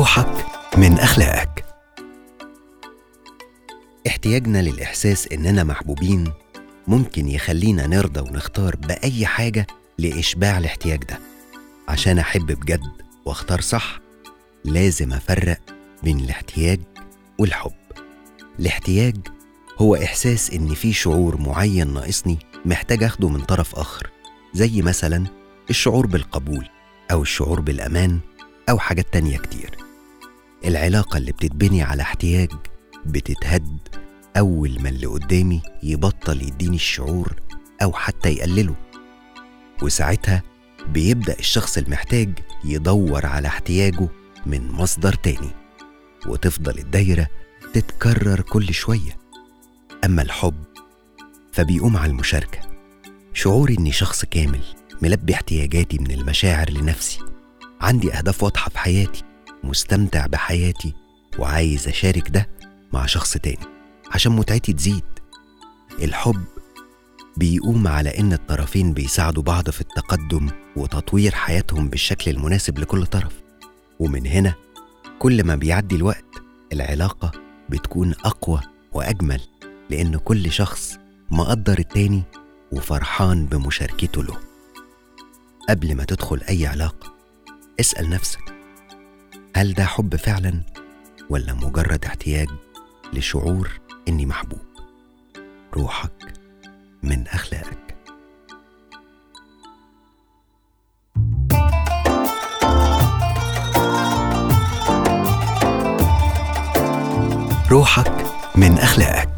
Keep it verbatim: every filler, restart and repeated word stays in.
روحك من أخلاقك. احتياجنا للإحساس إننا محبوبين ممكن يخلينا نرضى ونختار بأي حاجة لإشباع الاحتياج ده. عشان أحب بجد واختار صح لازم أفرق بين الاحتياج والحب. الاحتياج هو إحساس إن في شعور معين ناقصني محتاج أخده من طرف آخر، زي مثلا الشعور بالقبول أو الشعور بالأمان أو حاجات تانية كتير. العلاقة اللي بتتبني على احتياج بتتهد أول ما اللي قدامي يبطل يديني الشعور أو حتى يقلله، وساعتها بيبدأ الشخص المحتاج يدور على احتياجه من مصدر تاني، وتفضل الدايرة تتكرر كل شوية. أما الحب فبيقوم على المشاركة، شعور إني شخص كامل ملبي احتياجاتي من المشاعر لنفسي، عندي أهداف واضحة في حياتي، مستمتع بحياتي وعايز أشارك ده مع شخص تاني عشان متعتي تزيد. الحب بيقوم على إن الطرفين بيساعدوا بعض في التقدم وتطوير حياتهم بالشكل المناسب لكل طرف، ومن هنا كل ما بيعدي الوقت العلاقة بتكون أقوى وأجمل، لأن كل شخص مقدر التاني وفرحان بمشاركته له. قبل ما تدخل أي علاقة اسأل نفسك، هل ده حب فعلا ولا مجرد احتياج لشعور إني محبوب؟ روحك من أخلاقك. روحك من أخلاقك.